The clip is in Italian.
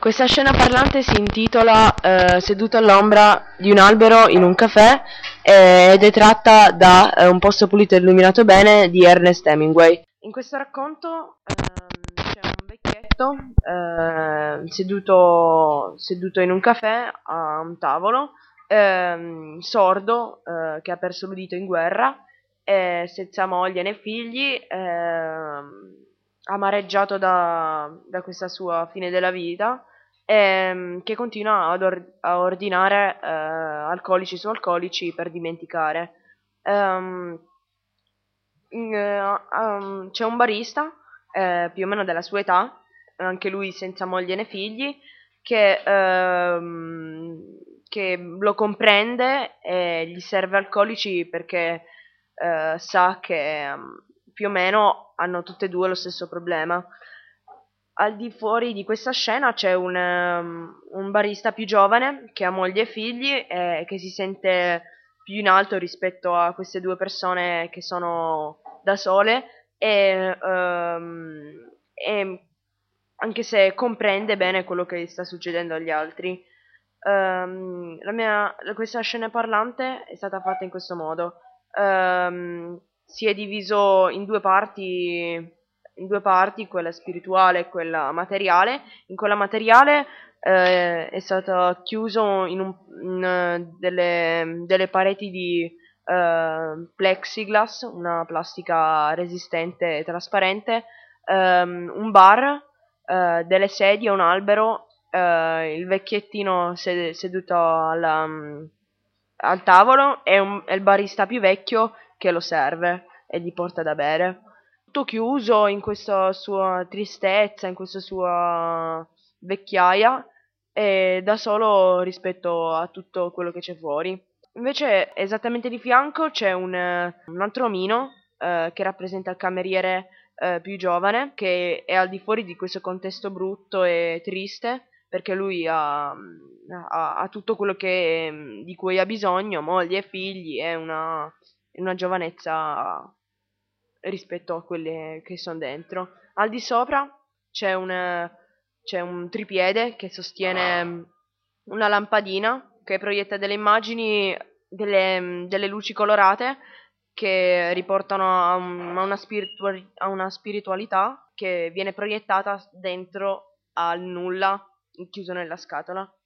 Questa scena parlante si intitola Seduto all'ombra di un albero in un caffè ed è tratta da Un posto pulito e illuminato bene di Ernest Hemingway. In questo racconto c'è un vecchietto seduto in un caffè a un tavolo, sordo, che ha perso l'udito in guerra, senza moglie né figli, amareggiato da questa sua fine della vita, che continua a ordinare alcolici su alcolici per dimenticare. Ehm, C'è un barista, più o meno della sua età, anche lui senza moglie né figli, che lo comprende e gli serve alcolici perché sa che più o meno hanno tutte e due lo stesso problema. Al di fuori di questa scena c'è un barista più giovane che ha moglie e figli e che si sente più in alto rispetto a queste due persone che sono da sole e anche se comprende bene quello che sta succedendo agli altri. Questa scena parlante è stata fatta in questo modo. Si è diviso in due parti, quella spirituale e quella materiale. In quella materiale è stato chiuso delle pareti di plexiglass, una plastica resistente e trasparente, un bar, delle sedie, un albero, il vecchiettino seduto al tavolo e il barista più vecchio che lo serve e gli porta da bere. Tutto chiuso in questa sua tristezza, in questa sua vecchiaia, e da solo rispetto a tutto quello che c'è fuori. Invece, esattamente di fianco c'è un altro omino che rappresenta il cameriere più giovane, che è al di fuori di questo contesto brutto e triste, perché lui ha tutto quello di cui ha bisogno, moglie, figli e una giovanezza rispetto a quelle che sono dentro. Al di sopra c'è c'è un tripiede che sostiene una lampadina che proietta delle immagini, delle luci colorate che riportano a una spiritualità che viene proiettata dentro al nulla, chiuso nella scatola.